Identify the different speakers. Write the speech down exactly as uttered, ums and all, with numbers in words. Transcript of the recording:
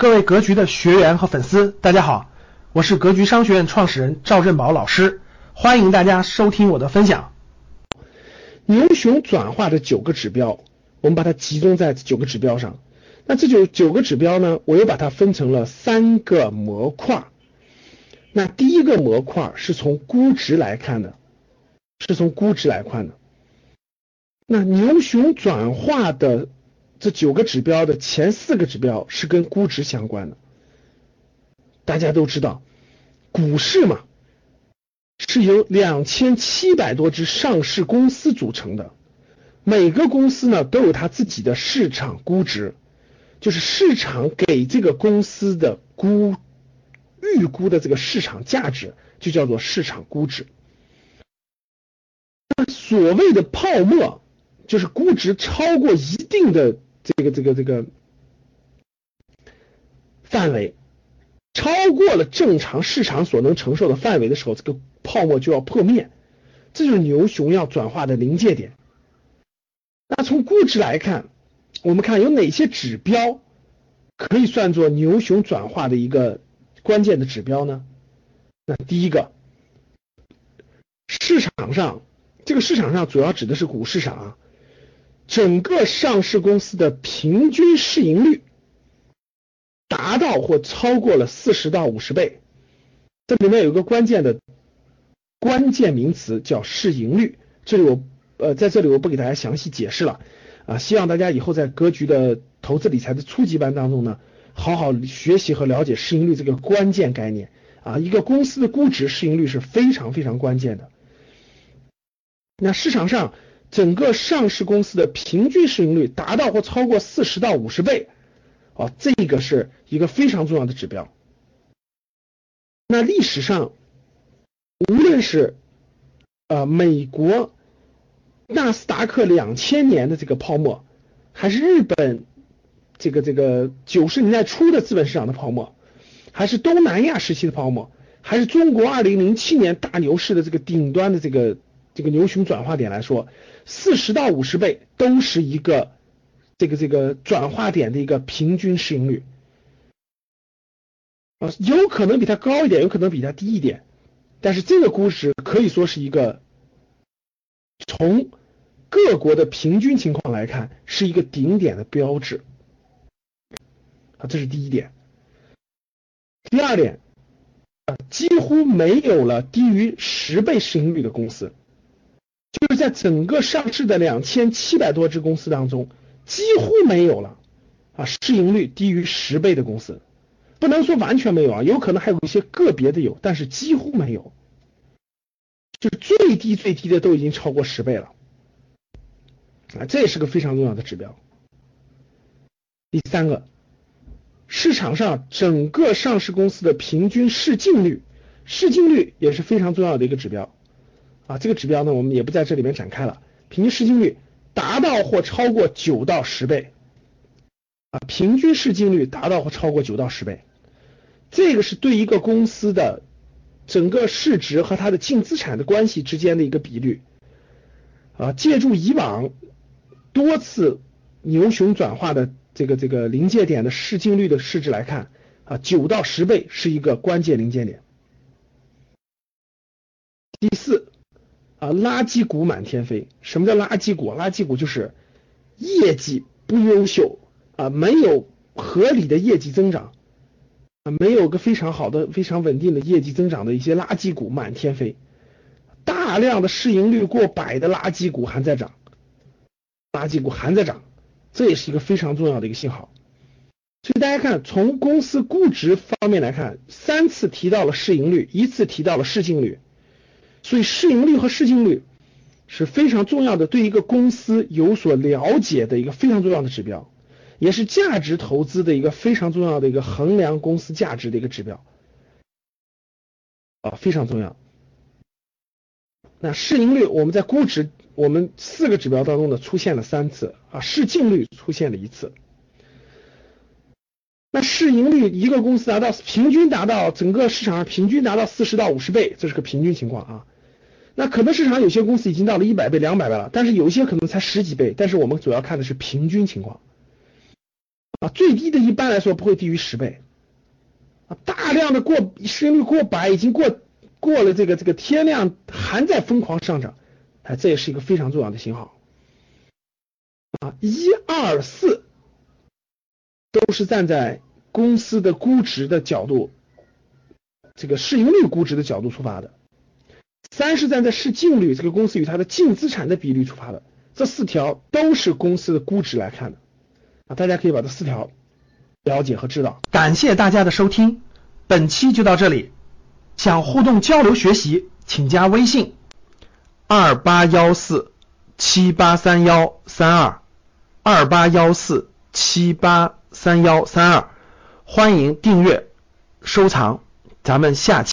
Speaker 1: 各位格局的学员和粉丝，大家好，我是格局商学院创始人赵振宝老师，欢迎大家收听我的分享。
Speaker 2: 牛熊转化的九个指标，我们把它集中在九个指标上。那这九九个指标呢，我又把它分成了三个模块。那第一个模块是从估值来看的，是从估值来看的。那牛熊转化的这九个指标的前四个指标是跟估值相关的。大家都知道，股市嘛，是由两千七百多只上市公司组成的，每个公司呢都有它自己的市场估值，就是市场给这个公司的估预估的这个市场价值，就叫做市场估值。那所谓的泡沫，就是估值超过一定的这个这个这个范围，超过了正常市场所能承受的范围的时候，这个泡沫就要破灭，这就是牛熊要转化的临界点。那从估值来看，我们看有哪些指标可以算作牛熊转化的一个关键的指标呢？那第一个，市场上，这个市场上主要指的是股市上啊，整个上市公司的平均市盈率达到或超过了四十到五十倍。这里面有一个关键的关键名词叫市盈率，这里我呃在这里我不给大家详细解释了啊，希望大家以后在格局的投资理财的初级班当中呢，好好学习和了解市盈率这个关键概念啊，一个公司的估值市盈率是非常非常关键的。那市场上整个上市公司的平均市盈率达到或超过四十到五十倍，哦，这个是一个非常重要的指标。那历史上，无论是呃美国纳斯达克两千年的这个泡沫，还是日本这个这个九十年代初的资本市场的泡沫，还是东南亚时期的泡沫，还是中国二零零七年大牛市的这个顶端的这个这个牛熊转化点来说，四十到五十倍都是一个这个这个转化点的一个平均市盈率啊，有可能比它高一点，有可能比它低一点，但是这个估值可以说是一个从各国的平均情况来看是一个顶点的标志啊，这是第一点。第二点，啊，几乎没有了低于十倍市盈率的公司，就是在整个上市的两千七百多只公司当中，几乎没有了啊市盈率低于十倍的公司，不能说完全没有啊，有可能还有一些个别的有，但是几乎没有，就是最低最低的都已经超过十倍了啊，这也是个非常重要的指标。第三个，市场上整个上市公司的平均市净率，市净率也是非常重要的一个指标啊，这个指标呢我们也不在这里面展开了，平均市净率达到或超过九到十倍啊，平均市净率达到或超过九到十倍，这个是对一个公司的整个市值和它的净资产的关系之间的一个比率啊，借助以往多次牛熊转化的这个这个临界点的市净率的市值来看啊，九到十倍是一个关键临界点。第四啊，垃圾股满天飞。什么叫垃圾股？垃圾股就是业绩不优秀啊，没有合理的业绩增长啊，没有个非常好的、非常稳定的业绩增长的一些垃圾股满天飞，大量的市盈率过百的垃圾股还在涨，垃圾股还在涨，这也是一个非常重要的一个信号。所以大家看，从公司估值方面来看，三次提到了市盈率，一次提到了市净率。所以市盈率和市净率是非常重要的，对一个公司有所了解的一个非常重要的指标，也是价值投资的一个非常重要的一个衡量公司价值的一个指标啊，非常重要。那市盈率我们在估值我们四个指标当中呢出现了三次啊，市净率出现了一次。那市盈率一个公司达到平均达到整个市场上平均达到四十到五十倍，这是个平均情况啊。那可能市场有些公司已经到了一百倍、两百倍了，但是有一些可能才十几倍，但是我们主要看的是平均情况啊。 最低的一般来说不会低于十倍啊，大量的过市盈率过百，已经过过了这个这个天量，还在疯狂上涨，哎，这也是一个非常重要的信号啊。一二四都是站在公司的估值的角度，这个市盈率估值的角度出发的，三是站在市净率，这个公司与它的净资产的比例出发的，这四条都是公司的估值来看的啊，大家可以把这四条了解和知道。
Speaker 1: 感谢大家的收听，本期就到这里。想互动交流学习，请加微信二八一四七八三一三二二八一四七八三一三二，欢迎订阅收藏，咱们下期